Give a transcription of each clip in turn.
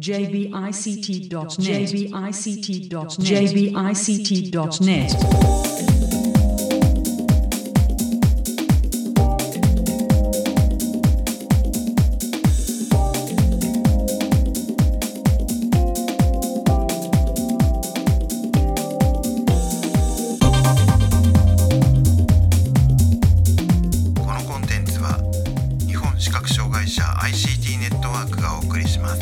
jbict.net 視覚障害者 ICT ネットワークがお送りします。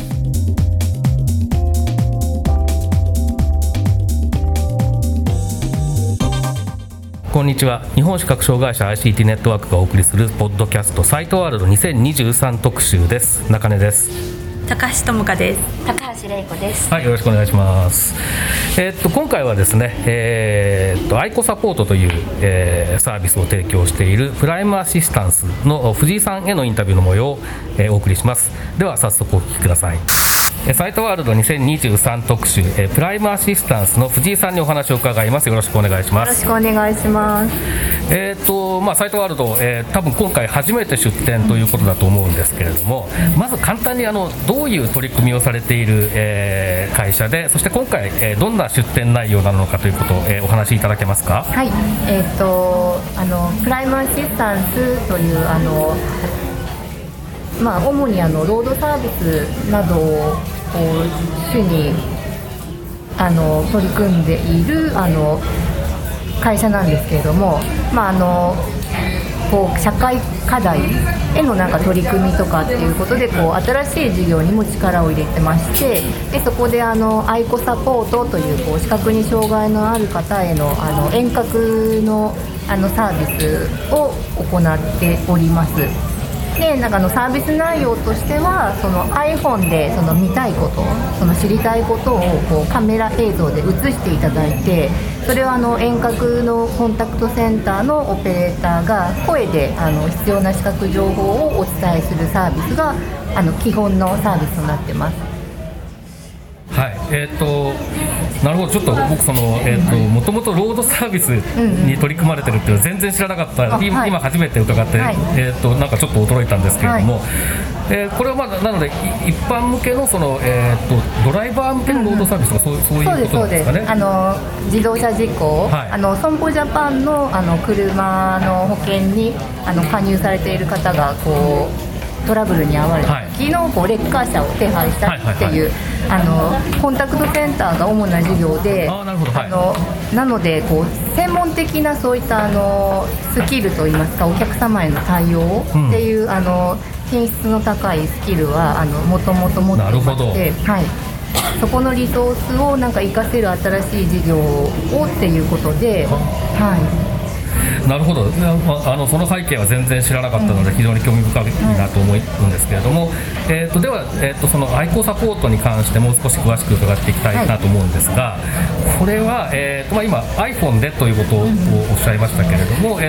こんにちは。日本視覚障害者 ICT ネットワークがお送りするポッドキャストサイトワールド2023特集です。中根です。 高橋智香です。 高橋玲子です。 はい、よろしくお願いします。今回はですね、アイコサポートという、サービスを提供しているプライムアシスタンスの藤井さんへのインタビューの模様を、お送りします。では早速お聞きください。サイトワールド2023特集、プライムアシスタンスの藤井さんにお話を伺います。よろしくお願いします。 よろしくお願いします。 サイトワールド、多分今回初めて出展ということだと思うんですけれども、まず簡単にどういう取り組みをされている、会社で、そして今回、どんな出展内容なのかということを、お話しいただけますか。 はい、プライムアシスタンスという主にロードサービスなどを主に取り組んでいる会社なんですけれども、社会課題への取り組みとかっていうことで新しい事業にも力を入れてまして、でそこでアイコサポートという視覚に障害のある方への遠隔のサービスを行っております。でサービス内容としてはその iPhone で見たいこと、知りたいことをカメラ映像で映していただいて、それを遠隔のコンタクトセンターのオペレーターが声で必要な視覚情報をお伝えするサービスが基本のサービスとなってます。 はい、なるほど。ちょっと僕もともとロードサービスに取り組まれてるっていうのは全然知らなかった、今初めて伺って、ちょっと驚いたんですけれども、これはなので一般向けのドライバー向けのロードサービスとかそういうことなんですかね。 自動車事故、損保ジャパンの車の保険に加入されている方がトラブルに遭われた時のレッカー車を手配したっていうコンタクトセンターが主な事業で、なので専門的なそういったスキルといいますか、お客様への対応っていう品質の高いスキルはもともと持っていまして、そこのリソースを活かせる新しい事業をっていうことで、 なるほど。その背景は全然知らなかったので非常に興味深いなと思うんですけれども、では、そのアイコサポートに関してもう少し詳しく伺っていきたいなと思うんですが、これは、今 iPhone でということをおっしゃいましたけれども、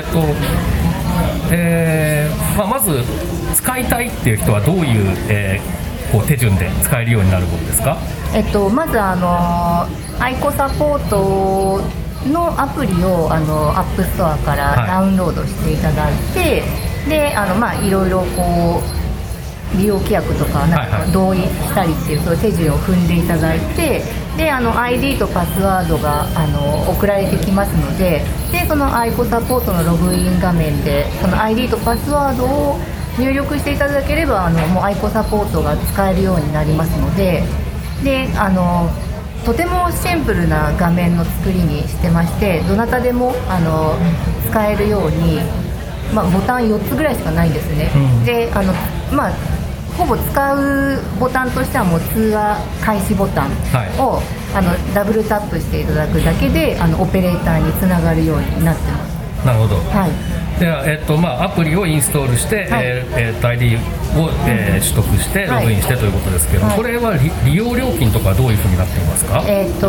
まず使いたいっていう人はどういう、手順で使えるようになるものですか。 まずアイコサポートのアプリをアップストアからダウンロードしていただいて、でいろいろ利用規約とか同意したりっていうそういう手順を踏んでいただいて、でID とパスワードが送られてきますので、そのアイコサポートのログイン画面でその ID とパスワードを入力していただければもうアイコサポートが使えるようになりますので、とてもシンプルな画面の作りにしてまして、どなたでも使えるように、ボタン4つぐらいしかないんですね。でほぼ使うボタンとしてはもう通話開始ボタンを、ダブルタップしていただくだけでオペレーターにつながるようになってます。 なるほど。でアプリをインストールして、ID を、取得してログインしてということですけど、これは利用料金とかどういうふうになっていますか。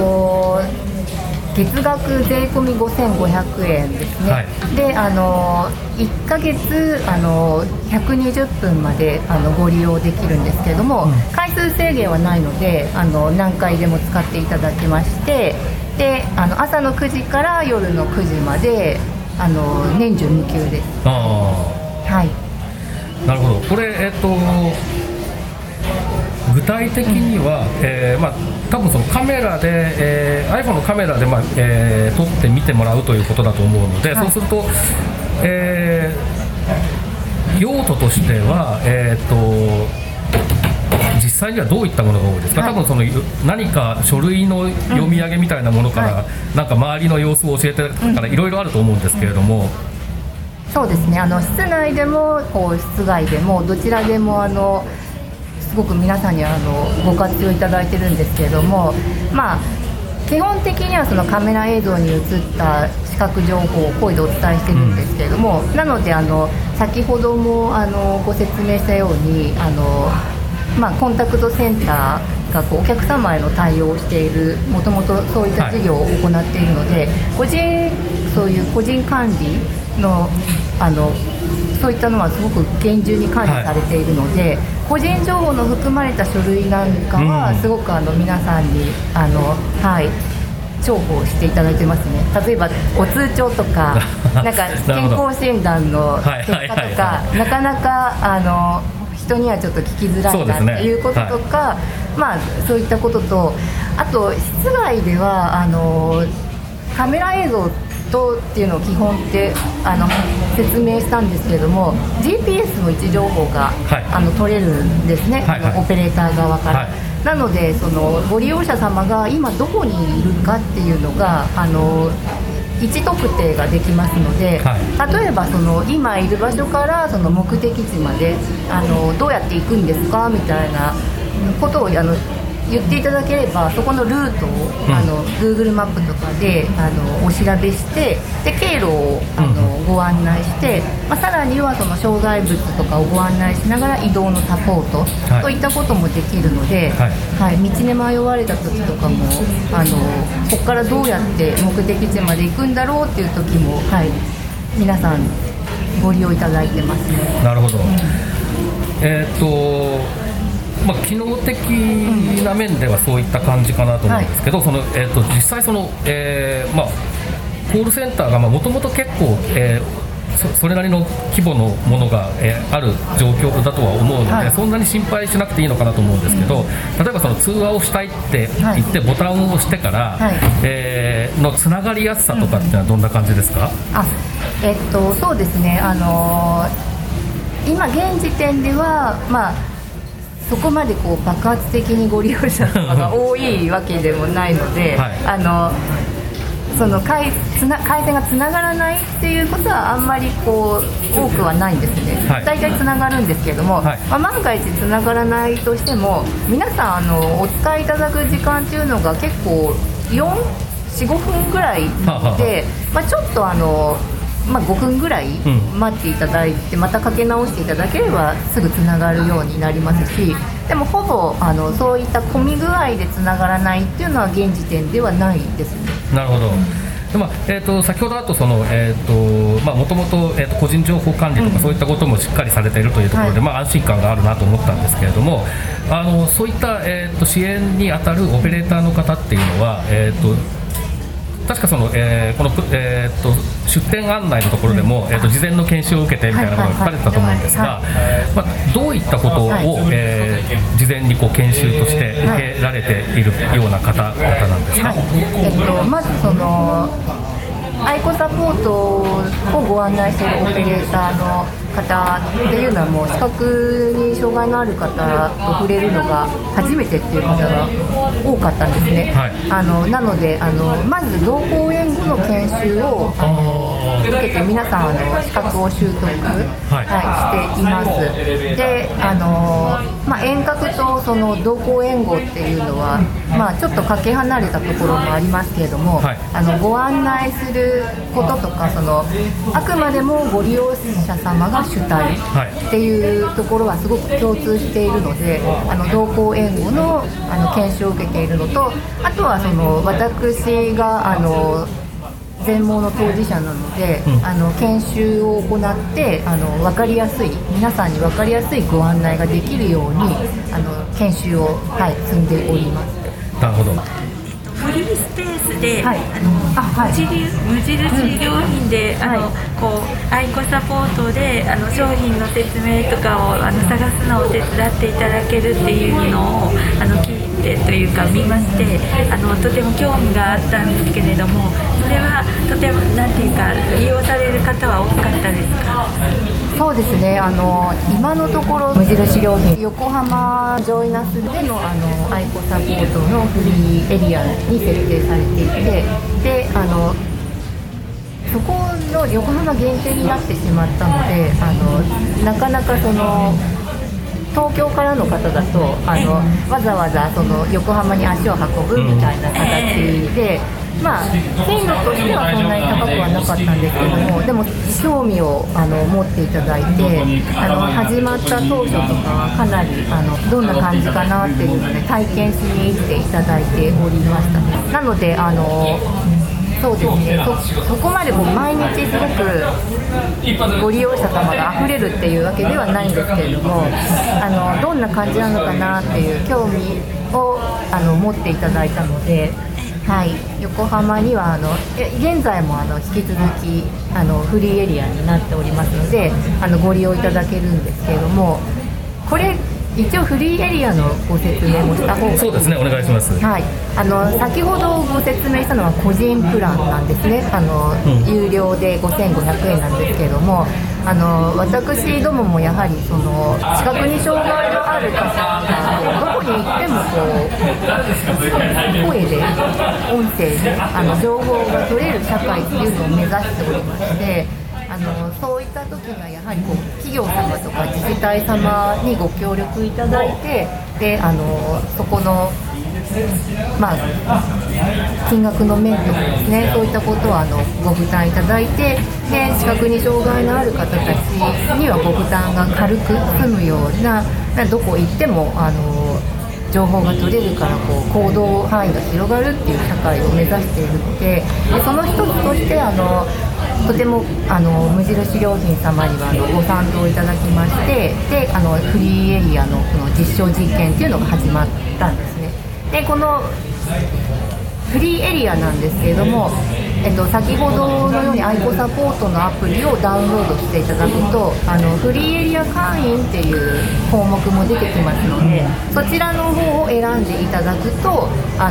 月額税込み5500円ですね。で1ヶ月120分までご利用できるんですけれども、回数制限はないので何回でも使っていただけまして、で朝の9時から夜の9時まで年中無休です。なるほど。これ具体的には、多分そのカメラで、iPhone のカメラで、撮ってみてもらうということだと思うので、そうすると、用途としては、実際にはどういったものが多いですか？多分その何か書類の読み上げみたいなものから、なんか周りの様子を教えてからいろいろあると思うんですけれども、 そうですね、室内でも室外でもどちらでもすごく皆さんにご活用いただいてるんですけれども、基本的にはそのカメラ映像に映った視覚情報を声でお伝えしてるんですけれども、なので先ほどもご説明したようにコンタクトセンターがお客様への対応をしている、もともとそういった事業を行っているので、そういう個人管理のそういったのはすごく厳重に管理されているので、個人情報の含まれた書類なんかはすごく皆さんに重宝していただいてますね。例えばお通帳とかなんか健康診断の結果とかなかなか人にはちょっと聞きづらいなっていうこととか、そういったことと、あと室外ではカメラ映像っていうのを基本って説明したんですけれども、 GPS の位置情報が、取れるんですね、オペレーター側から、なのでそのご利用者様が今どこにいるかっていうのが位置特定ができますので、例えばその今いる場所からその目的地までどうやって行くんですかみたいなことを言っていただければ、そこのルートをGoogle マップとかでお調べして、で経路をご案内して、さらにはその障害物とかをご案内しながら移動のサポートといったこともできるので、道で迷われた時とかもここからどうやって目的地まで行くんだろうっていう時も、皆さんご利用いただいてますね。 なるほど。機能的な面ではそういった感じかなと思うんですけど、実際コールセンターがもともと結構、それなりの規模のものが、ある状況だとは思うので、そんなに心配しなくていいのかなと思うんですけど、例えばその通話をしたいって言ってボタンを押してから、のつながりやすさとかっていうのはどんな感じですか？ そうですね、今現時点ではそこまで爆発的にご利用者様が多いわけでもないので、その回線がつながらないっていうことはあんまり多くはないんですね。大体つながるんですけれども、万が一つながらないとしても、皆さんお使いいただく時間っていうのが結構4、5分ぐらいで、ちょっと5分ぐらい待っていただいて、またかけ直していただければすぐつながるようになりますし、でもほぼそういった混み具合でつながらないっていうのは現時点ではないですね。 なるほど。先ほどともともと個人情報管理とかそういったこともしっかりされているというところで、安心感があるなと思ったんですけれども、そういった、支援に当たるオペレーターの方っていうのは、確かこの、出店案内のところでも、事前の研修を受けてみたいなことが書かれてたと思うんですが、どういったことを、事前に研修として受けられているような方々なんですか？ まずそのアイコサポートをご案内しているオペレーターの方っていうのは、もう視覚に障害のある方と触れるのが初めてっていう方が多かったんですね。なのでまず同行援護の研修を受けて、皆さん資格を習得、しています。で遠隔とその同行援護っていうのは、ちょっとかけ離れたところもありますけれども、ご案内することとか、あくまでもご利用者様が主体っていうところはすごく共通しているので、同行援護の研修を受けているのと、あとは私が全盲の当事者なので、研修を行って分かりやすい、皆さんに分かりやすいご案内ができるように研修を、積んでおります。 なるほど。 フリースペースで、 はい、 無印良品でこう愛子サポートで商品の説明とかを探すのを手伝っていただけるっていうのを聞いてというか見まして、とても興味があったんですけれども、それはとてもなんていうか利用される方は多かったですか？ そうですね、今のところ無印良品横浜ジョイナスでの愛子サポートのフリーエリアに設定されていて、でそこの横浜限定になってしまったので、なかなかその東京からの方だとわざわざその横浜に足を運ぶみたいな形で、頻度としてはそんなに高くはなかったんですけども、でも興味を持っていただいて、始まった当初とかはかなりどんな感じかなっていうので体験しに来ていただいておりましたね。なのでそうですね、そこまで毎日すごくご利用者様があふれるっていうわけではないんですけれども、どんな感じなのかなっていう興味を持っていただいたので、はい、横浜には現在も引き続きフリーエリアになっておりますのでご利用いただけるんですけれども、これ一応フリーエリアのご説明もした方が。 そうですね、お願いします。 はい、先ほどご説明したのは個人プランなんですね。有料で5500円なんですけれども、私どももやはりその視覚に障害のある方がどこに行っても声で音声で情報が取れる社会っていうのを目指しておりまして、そういった時にはやはり企業様とか自治体様にご協力いただいて、でそこの金額の面とかですね、そういったことをご負担いただいて、で視覚に障害のある方たちにはご負担が軽く済むような、どこ行っても情報が取れるから行動範囲が広がるっていう社会を目指しているので、その一つとしてとても無印良品様にはご賛同いただきまして、でフリーエリアのこの実証実験っていうのが始まったんですね。でこのフリーエリアなんですけれども、先ほどのように愛子サポートのアプリをダウンロードしていただくとフリーエリア会員っていう項目も出てきますので、そちらの方を選んでいただくと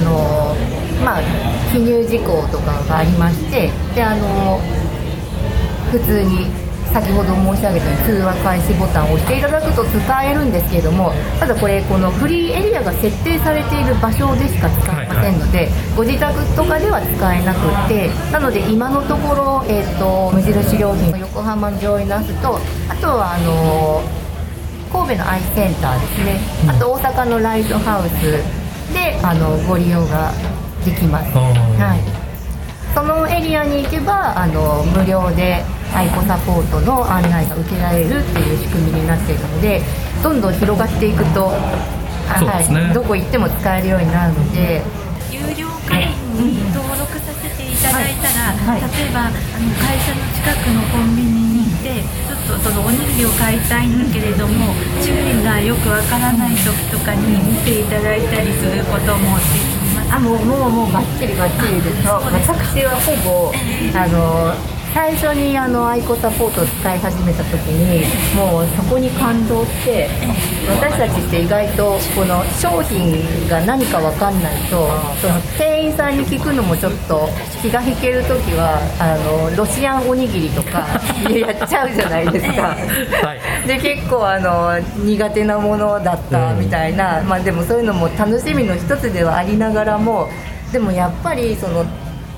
記入事項とかがありまして、で普通に先ほど申し上げたように通話開始ボタンを押していただくと使えるんですけれども、ただこのフリーエリアが設定されている場所でしか使えませんので、ご自宅とかでは使えなくて、なので今のところ、無印良品横浜ジョイナスと、あとは神戸のアイセンターですね、あと大阪のライトハウスでご利用ができます。はい、そのエリアに行けば無料で愛子サポートの案内が受けられるっていう仕組みになっているので、どんどん広がっていくと、どこ行っても使えるようになるので、 有料会員に登録させていただいたら、例えば会社の近くのコンビニに行ってちょっとそのおにぎりを買いたいんだけれども種類がよくわからない時とかに見ていただいたりすることもできます。 もうバッチリです。私はほぼ最初に愛子サポートを使い始めた時にもうそこに感動して、私たちって意外とこの商品が何か分かんないとその店員さんに聞くのもちょっと気が引ける時はロシアンおにぎりとかやっちゃうじゃないですか、はい、で結構苦手なものだったみたいな、でもそういうのも楽しみの一つではありながらも、でもやっぱりその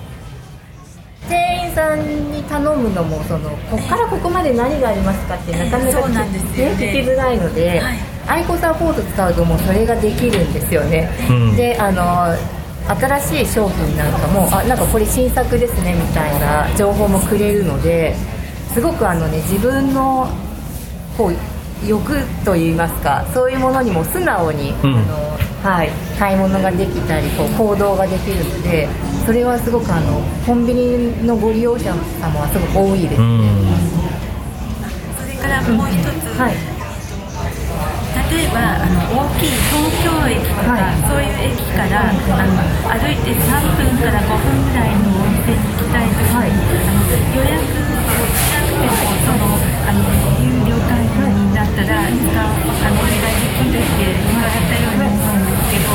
店員さんに頼むのもここからここまで何がありますかってなかなか聞きづらいので、愛子サポート使うともうそれができるんですよね、で新しい商品なんかもなんかこれ新作ですねみたいな情報もくれるので、すごく自分の欲といいますか、そういうものにも素直に、買い物ができたり行動ができるので、それはすごくコンビニのご利用者様はすごく多いです、 それからもう一つ、例例えば大きい東京駅とか、そういう駅から歩いて3分から5分ぐらいのお店に行きたいときに、予約をしなくても有料会員になったらお願いできるって伺ったように思うんですけど、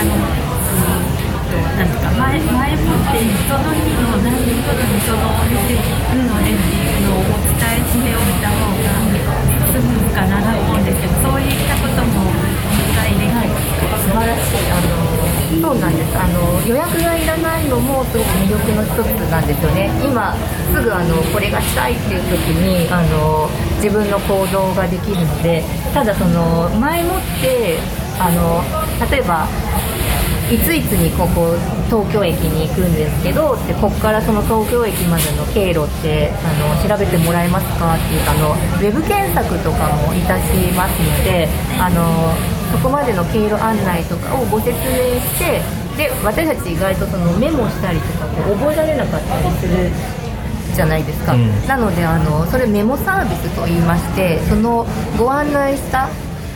なんとか前もってその日の何時頃にそのお店に行くのでっていうのをお伝えしておいた方がスムーズかなと思うんですけど、そういったことも理解できますか？ 素晴らしい。そうなんです。予約がいらないのもすごく魅力の一つなんですよね。今すぐこれがしたいっていう時に自分の行動ができるので、ただその前もって例えばいついつにここ東京駅に行くんですけどってここからその東京駅までの経路って調べてもらえますかっていうウェブ検索とかもいたしますのでそこまでの経路案内とかをご説明して、で私たち意外とそのメモしたりとか覚えられなかったりするじゃないですか、なのでそれメモサービスと言いまして、そのご案内した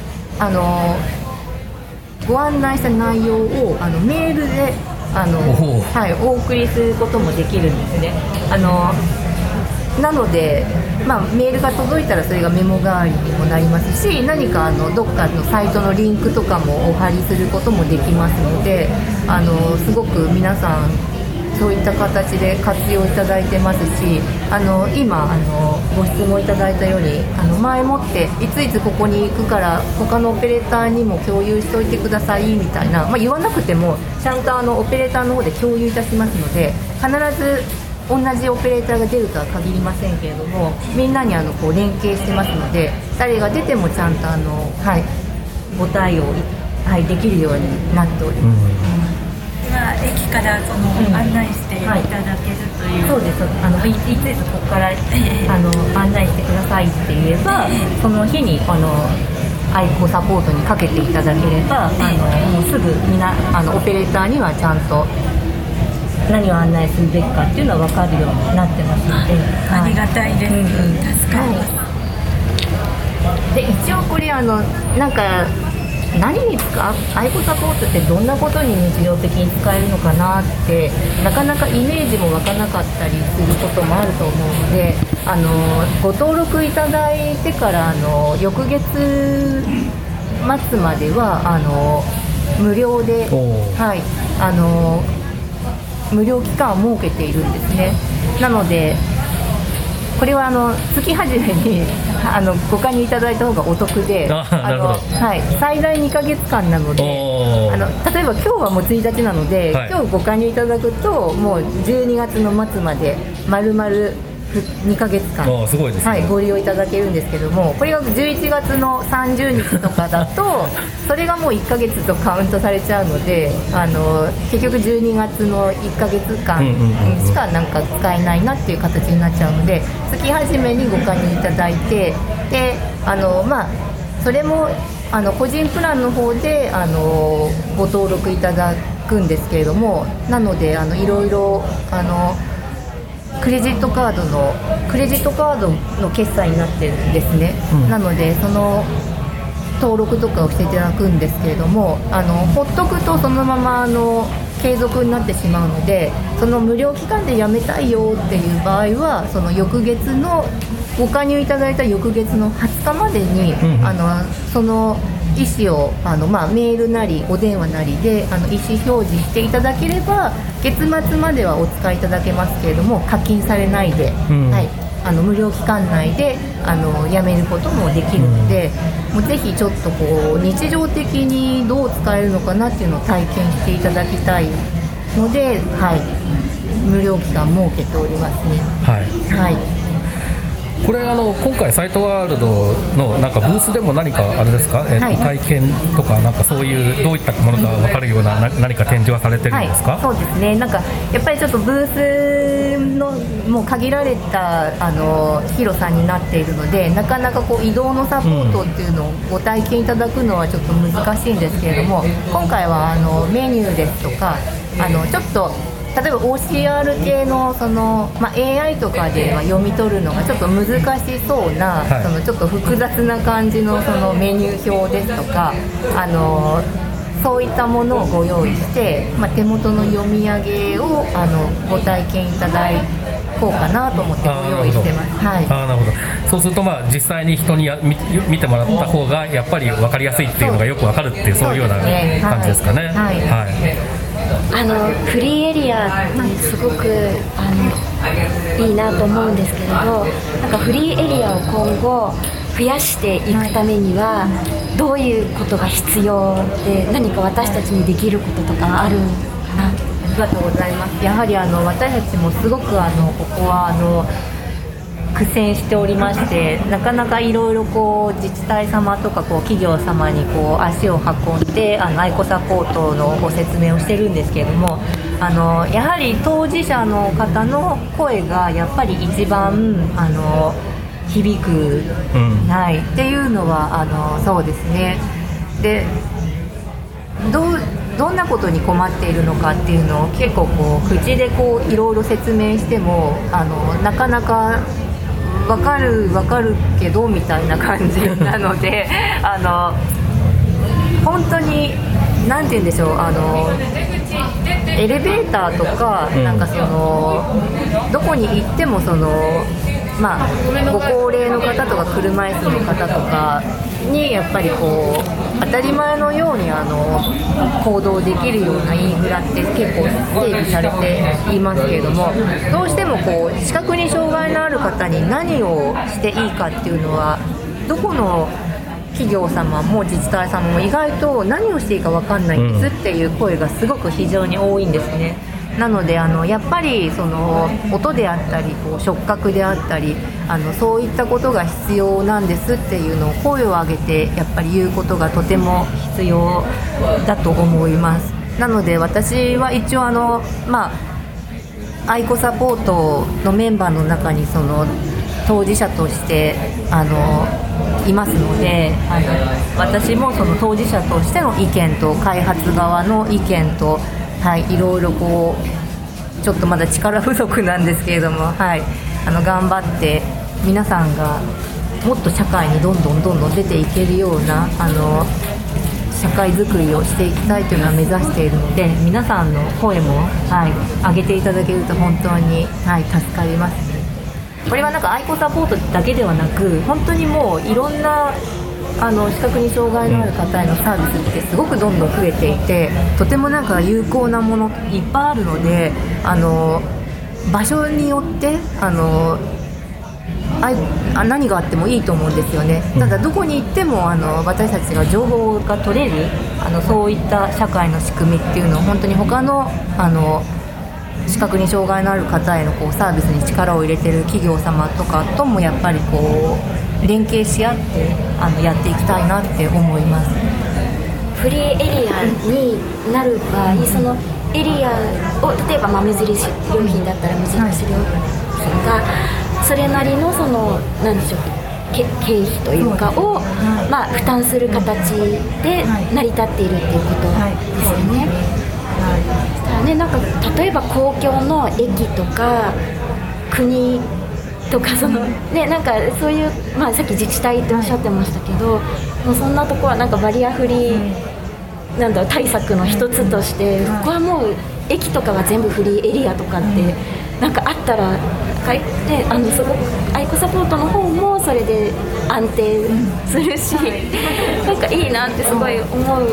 内容をメールでお送りすることもできるんですね。なので、メールが届いたらそれがメモ代わりにもなりますし、何かどっかのサイトのリンクとかもお貼りすることもできますので、すごく皆さんそういった形で活用いただいてますし、今ご質問いただいたように前もっていついつここに行くから他のオペレーターにも共有しておいてくださいみたいな、言わなくてもちゃんとオペレーターの方で共有いたしますので、必ず同じオペレーターが出るとは限りませんけれども、みんなに連携してますので、誰が出てもちゃんとご対応、できるようになっております。 駅から案内していただけるという、 そうです。いついつここから案内してくださいって言えば、その日に愛子サポートにかけていただければ、もうすぐオペレーターにはちゃんと何を案内するべきかっていうのは分かるようになってますので、 ありがたいです。助かります。 で一応これ何に愛子サポートってどんなことに日常的に使えるのかなってなかなかイメージも湧かなかったりすることもあると思うので、ご登録いただいてから翌月末までは無料で、無料期間を設けているんですね。なのでこれは月始めにご加入いただいた方がお得で、最大2ヶ月間なので、例えば今日はもう1日なので、今日ご加入いただくともう12月の末まで丸々2ヶ月間、 すごいですね。 ご利用いただけるんですけども、これが11月の30日とかだとそれがもう1ヶ月とカウントされちゃうので、結局12月の1ヶ月間しか使えないなっていう形になっちゃうので、月始めにご加入いただいて、でそれも個人プランの方でご登録いただくんですけれども、なのでいろいろクレジットカードの決済になってるんですね、なのでその登録とかをしていただくんですけれども、ほっとくとそのまま継続になってしまうので、その無料期間でやめたいよっていう場合はその翌月のご加入いただいた翌月の20日までに、その意思をメールなりお電話なりで意思表示していただければ月末まではお使いいただけますけれども、課金されないで、無料期間内でやめることもできるので、もうぜひちょっと日常的にどう使えるのかなっていうのを体験していただきたいので、無料期間設けておりますね。 これ今回サイトワールドのブースでも何かあれですか、体験とかそういうどういったものか分かるような何か展示はされてるんですか？ そうですね。やっぱりちょっとブースのもう限られた広さになっているので、なかなか移動のサポートっていうのをご体験いただくのはちょっと難しいんですけれども、今回はメニューですとかちょっと例えば OCR 系のその、AI とかでは読み取るのがちょっと難しそうな、 はい、 そのちょっと複雑な感じのそのメニュー表ですとか、そういったものをご用意して、手元の読み上げをご体験いただこうかなと思ってご用意してます。はい、 なるほど。そうすると実際に人に見てもらった方がやっぱり分かりやすいっていうのがよく分かるっていう、そういうような感じですかね。 はいはい、 フリーエリアってすごくいいなと思うんですけれど、なんかフリーエリアを今後増やしていくためにはどういうことが必要で、何か私たちにできることとかあるかな。 ありがとうございます。やはり私たちもすごくここは苦戦しておりまして、なかなかいろいろ自治体様とか企業様に足を運んでアイコサポートのご説明をしてるんですけれども、やはり当事者の方の声がやっぱり一番響く、はい、っていうのはそうですね。でどんなことに困っているのかっていうのを結構口でいろいろ説明してもなかなか分かるけどみたいな感じなので本当に何て言うんでしょう、エレベーターとか、なんかどこに行ってもご高齢の方とか車椅子の方とかにやっぱり当たり前のように行動できるようなインフラって結構整備されていますけれども、どうしても視覚に障害のある方に何をしていいかっていうのはどこの企業様も自治体様も意外と何をしていいか分かんないんですっていう声がすごく非常に多いんですね。なのでやっぱり音であったり触覚であったりそういったことが必要なんですっていうのを声を上げてやっぱり言うことがとても必要だと思います。なので私は一応アイコサポートのメンバーの中に当事者としていますので、私も当事者としての意見と開発側の意見と、いろいろちょっとまだ力不足なんですけれども、頑張って皆さんがもっと社会にどんどん出ていけるような社会づくりをしていきたいというのは目指しているので、皆さんの声も、上げていただけると本当に、助かります。これはなんかアイコサポートだけではなく、本当にもういろんな視覚に障害のある方へのサービスってすごくどんどん増えていて、とてもなんか有効なものいっぱいあるので、場所によって何があってもいいと思うんですよね。ただどこに行っても私たちが情報が取れるそういった社会の仕組みっていうのを本当に他の視覚に障害のある方へのサービスに力を入れている企業様とかともやっぱり連携し合ってやっていきたいなって思います。 フリーエリアになる場合、そのエリアを例えば無印良品だったら無印良品がそれなりの何でしょう、経費というかを、負担する形で成り立っているっていうことですよね。したらね、なんか例えば公共の駅とか国とかなんかそういう、さっき自治体っておっしゃってましたけど、もうそんなところはなんかバリアフリー対策の一つとして、ここはもう駅とかは全部フリーエリアとかってなんかあったら、すごくアイコサポートの方もそれで安定するし、なんかいいなってすごい思う。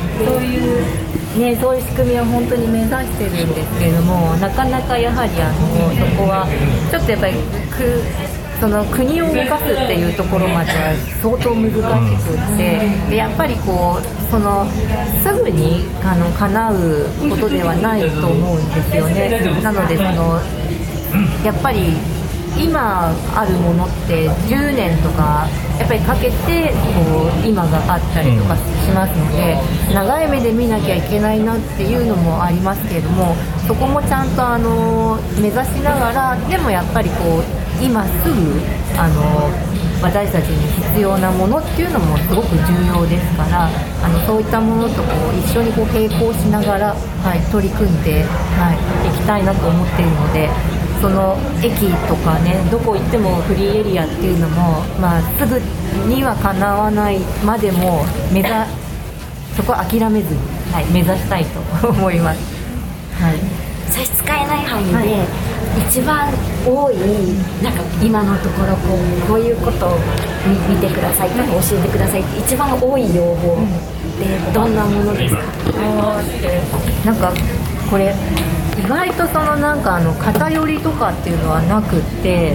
そういう仕組みは本当に目指してるんですけれども、なかなかやはりそこはちょっとやっぱり国を動かすっていうところまでは相当難しくって、でやっぱりすぐに叶うことではないと思うんですよね。なのでやっぱり今あるものって10年とかやっぱりかけて今があったりとかしますので、長い目で見なきゃいけないなっていうのもありますけれども、そこもちゃんと目指しながら、でもやっぱり今すぐ私たちに必要なものっていうのもすごく重要ですから、そういったものと一緒に並行しながら、取り組んで、いきたいなと思っているので、その駅とかね、どこ行ってもフリーエリアっていうのも、すぐにはかなわないまでもそこは諦めずに、目指したいと思います。 差し支えない範囲で、一番多いなんか今のところこういうことを見てくださいとか教えてくださいって一番多い要望ってどんなものですか？ なんかこれ意外となんか偏りとかっていうのはなくって、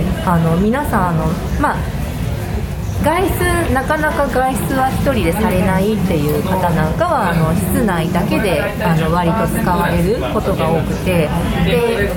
皆さんなかなか外出は1人でされないっていう方なんかは室内だけで割と使われることが多くて、で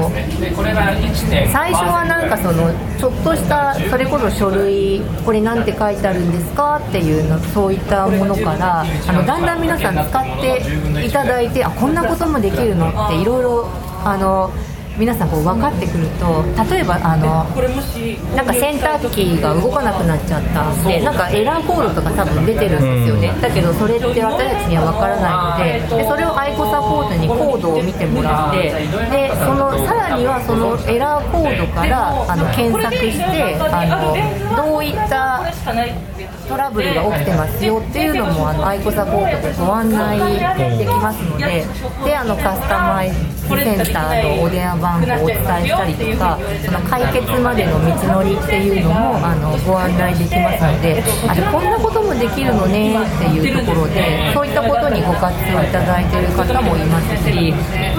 最初はなんかちょっとしたそれこそ書類、これなんて書いてあるんですかっていうの、そういったものからだんだん皆さん使っていただいて、こんなこともできるのっていろいろ皆さん分かってくると、例えばなんか洗濯機が動かなくなっちゃったんで、なんかエラーコードとか多分出てるんですよね。だけどそれって私たちには分からないので、それを愛子サポートにコードを見てもらって、でさらにはそのエラーコードから検索して、どういったトラブルが起きてますよっていうのも愛子サポートでご案内できますので、カスタマイズセンターのお電話番号をお伝えしたりとか、その解決までの道のりっていうのもご案内できますので、こんなこともできるのねっていうところで、そういったことにご活用いただいている方もいますし、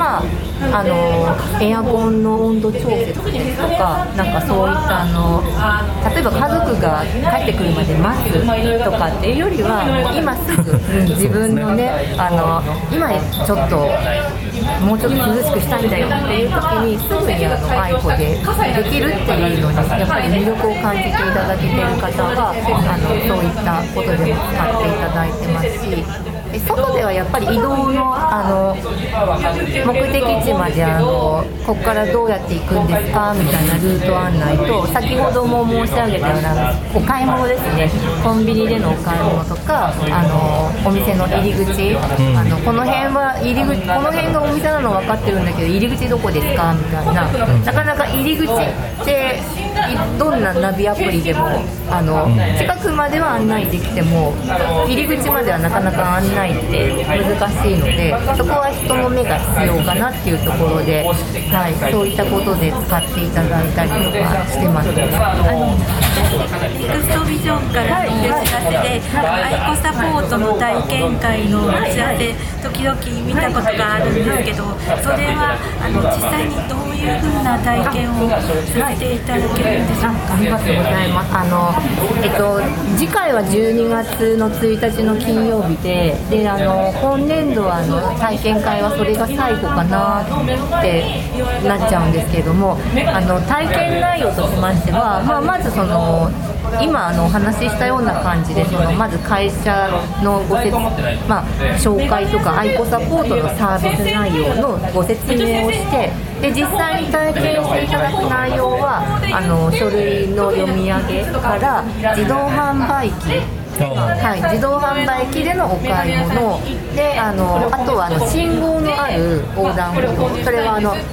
エアコンの温度調節ですとか、なんかそういった例えば家族が帰ってくるまで待つとかっていうよりは、今すぐ自分のね、今ちょっともうちょっと涼しくしたいんだよっていう時にすぐに愛子でできるっていうのにやっぱり魅力を感じていただけている方はそういったことでも使っていただいてますし、外ではやっぱり移動の目的地までここからどうやって行くんですかみたいなルート案内と、先ほども申し上げたようなお買い物ですね、コンビニでのお買い物とかお店の入り口、この辺はこの辺がお店なの分かってるんだけど入り口どこですかみたいな、なかなか入り口ってどんなナビアプリでも近くまでは案内できても入り口まではなかなか案内って難しいので、そこは人の目が必要かなっていうところで、そういったことで使っていただいたりとかしてます。 ネクストビジョンからのお知らせで、愛子サポートの体験会のお知らせ時々見たことがあるんですけど、それは実際にどういう風な体験をさせていただけるんでしょうか？ ありがとうございます。次回は12月の1日の金曜日で、今年度は体験会はそれが最後かなってなっちゃうんですけれども、体験内容としましては、まず今お話ししたような感じでまず会社の紹介とか愛子サポートのサービス内容のご説明をして、で実際に体験していただく内容は書類の読み上げから自動販売機、自動販売機でのお買い物で、あとは信号のある横断歩道、それは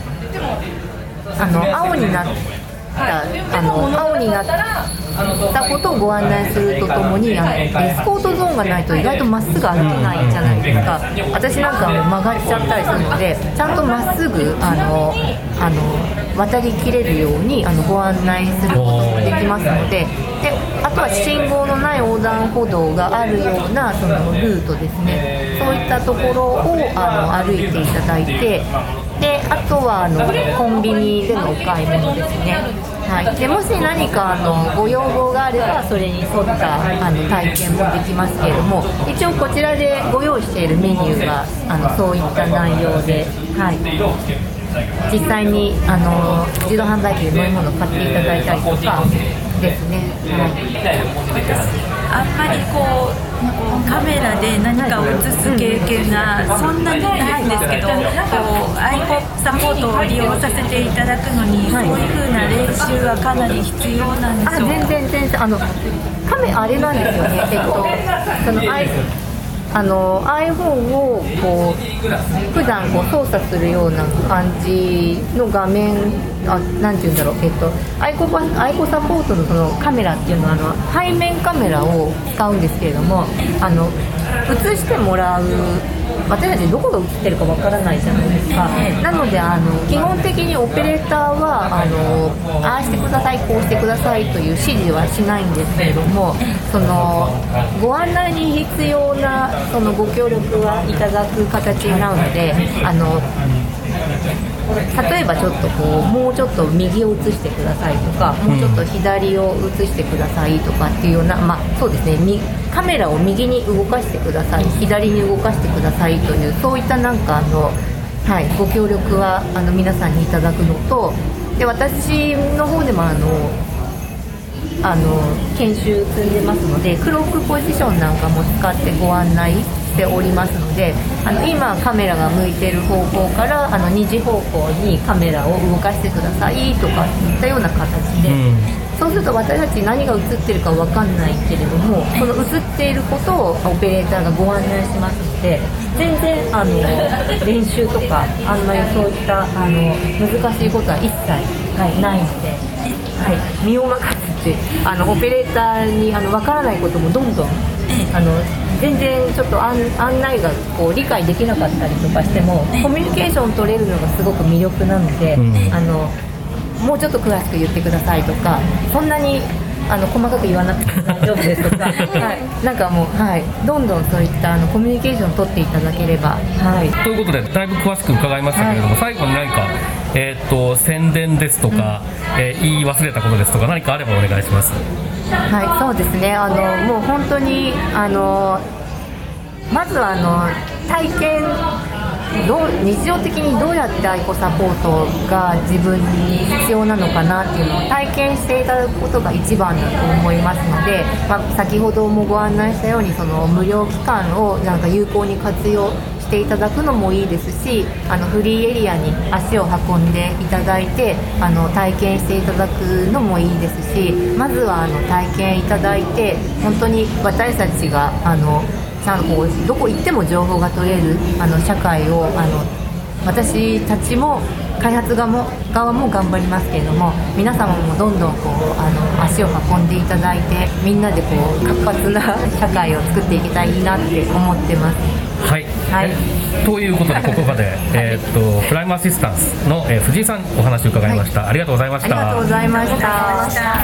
青になったことをご案内するとともに、エスコートゾーンがないと意外とまっすぐ歩けないじゃないですか。私なんか曲がっちゃったりするので、ちゃんとまっすぐ渡りきれるようにご案内することもできますので、あとは信号のない横断歩道があるようなそのルートですね、そういったところを歩いていただいて、であとはコンビニでのお買い物ですね。でもし何かご要望があればそれに沿った体験もできますけれども、一応こちらでご用意しているメニューがそういった内容で、実際に自動販売機で飲み物を買っていただいたりとかで、 ですね。 あんまりこうカメラで何かを映す経験がそんなにないんですけど、こうアイコサポートを利用させていただくのに、そういう風な練習はかなり必要なんでしょうか？ 全然カメあれなんですよね。そのiPhone をこう普段こう操作するような感じの画面、なんていうんだろう、アイコサポートのそのカメラっていうのは背面カメラを使うんですけれども、映してもらう、私たちどこが映ってるかわからないじゃないですか。なので基本的にオペレーターはああしてください、こうしてくださいという指示はしないんですけれども、そのご案内に必要なそのご協力はいただく形なので、例えばちょっとこうもうちょっと右を映してくださいとか、もうちょっと左を映してくださいとかっていうような、そうですね、カメラを右に動かしてください、左に動かしてくださいという、そういったなんかご協力は皆さんにいただくのと、で私の方でも研修積んでますので、クロックポジションなんかも使ってご案内しておりますので、今カメラが向いている方向から2時方向にカメラを動かしてくださいとかいったような形で、そうすると私たち何が映ってるか分かんないけれども、その映っていることをオペレーターがご案内しますので、全然練習とかあんまりそういった難しいことは一切、ないので、身を任せてオペレーターに分からないこともどんどん全然ちょっと案内がこう理解できなかったりとかしても、コミュニケーション取れるのがすごく魅力なので、もうちょっと詳しく言ってくださいとか、そんなに細かく言わなくて大丈夫ですとか、なんかもう、どんどんそういったコミュニケーションを取っていただければ、 ということでだいぶ詳しく伺いましたけれども、最後に何か、宣伝ですとか、言い忘れたことですとか何かあればお願いします。 そうですね、もう本当にまずは体験、日常的にどうやってアイコサポートが自分に必要なのかなっていうのを体験していただくことが一番だと思いますので、先ほどもご案内したようにその無料期間をなんか有効に活用していただくのもいいですし、フリーエリアに足を運んでいただいて体験していただくのもいいですし、まずは体験いただいて、本当に私たちがどこ行っても情報が取れる社会を私たちも開発側も頑張りますけれども、皆様もどんどん足を運んでいただいて、みんなで活発な社会を作っていけたらいいなって思ってます。 ということでここまで、プライムアシスタンスの、藤井さんお話を伺いました、ありがとうございました。 ありがとうございました。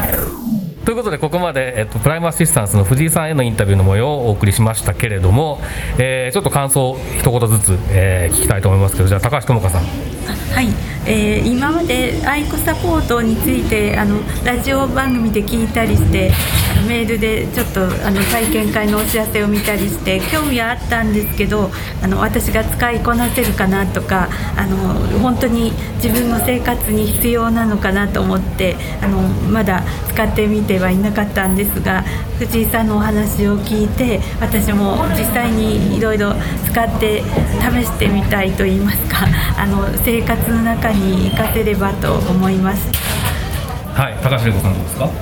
ということでここまで、プライムアシスタンスの藤井さんへのインタビューの模様をお送りしましたけれども、ちょっと感想一言ずつ、聞きたいと思いますけど、じゃあ高橋智香さん。 今までアイコサポートについてラジオ番組で聞いたりして、メールでちょっと体験会のお知らせを見たりして興味はあったんですけど、私が使いこなせるかなとか本当に自分の生活に必要なのかなと思ってまだ使ってみてはいなかったんですが、藤井さんのお話を聞いて私も実際にいろいろ使って試してみたいといいますか生活の中に活かせればと思います。 高橋玲子さんどうですか？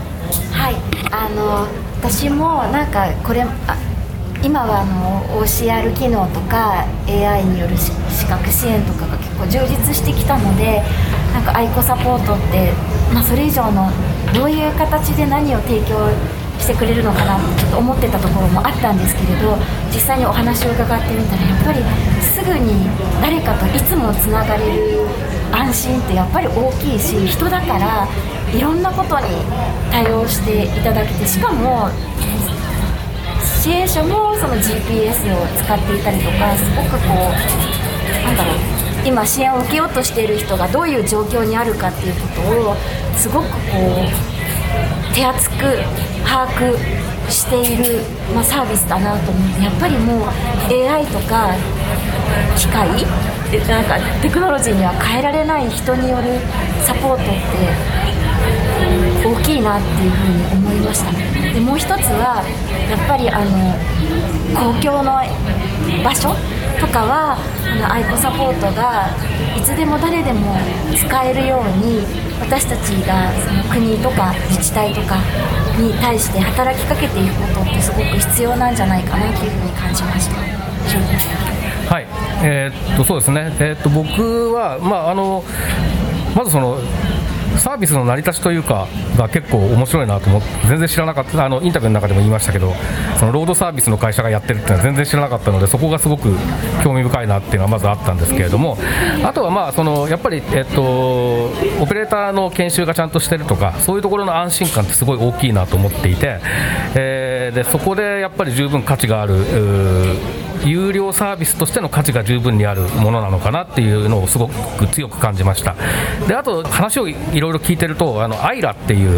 私もなんかこれ今はOCR 機能とか AI による視覚支援とかが結構充実してきたので、なんかアイコサポートって、それ以上のどういう形で何を提供してくれるのかなってちょっと思ってたところもあったんですけれど、実際にお話を伺ってみたらやっぱりすぐに誰かといつもつながれる安心ってやっぱり大きいし、人だからいろんなことに対応していただけて、しかも支援者もその GPS を使っていたりとか、すごく今支援を受けようとしている人がどういう状況にあるかっていうことをすごく手厚く把握している、サービスだなと思って、やっぱりもう AI とか機械なんかテクノロジーには変えられない人によるサポートって大きいなっていうふうに思いました。でもう一つはやっぱり公共の場所とかは愛子サポートがいつでも誰でも使えるように、私たちがその国とか自治体とかに対して働きかけていくことってすごく必要なんじゃないかなというふうに感じました。 はい、そうですね、僕は、まずそのサービスの成り立ちというかが結構面白いなと思って、全然知らなかった、インタビューの中でも言いましたけど、そのロードサービスの会社がやってるっていうのは全然知らなかったので、そこがすごく興味深いなっていうのはまずあったんですけれども、あとはそのやっぱり、オペレーターの研修がちゃんとしてるとか、そういうところの安心感ってすごい大きいなと思っていて、でそこでやっぱり十分価値がある有料サービスとしての価値が十分にあるものなのかなっていうのをすごく強く感じました。であと話をいろいろ聞いてると、アイラっていう、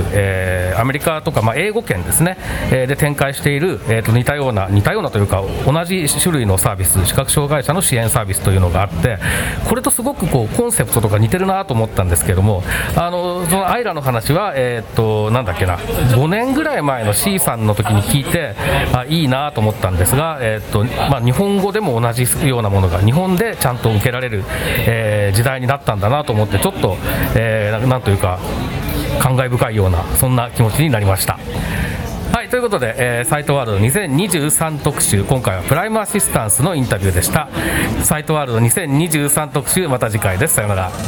アメリカとか、英語圏ですね、で展開している、似たようなというか同じ種類のサービス、視覚障害者の支援サービスというのがあって、これとすごくコンセプトとか似てるなと思ったんですけども、そのアイラの話は、なんだっけな、5年ぐらい前の C さんの時に聞いていいなと思ったんですが、日本語でも同じようなものが日本でちゃんと受けられる、時代になったんだなと思って、ちょっと、なんというか感慨深いような、そんな気持ちになりました。はい、ということで、サイトワールド2023特集、今回はプライムアシスタンスのインタビューでした。サイトワールド2023特集、また次回です。さようなら。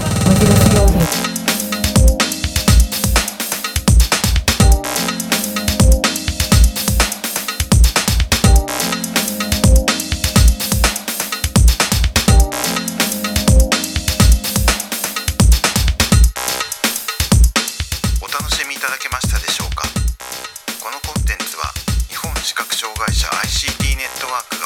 お楽しみいただけましたでしょうか。このコンテンツは日本視覚障害者 ICT ネットワークが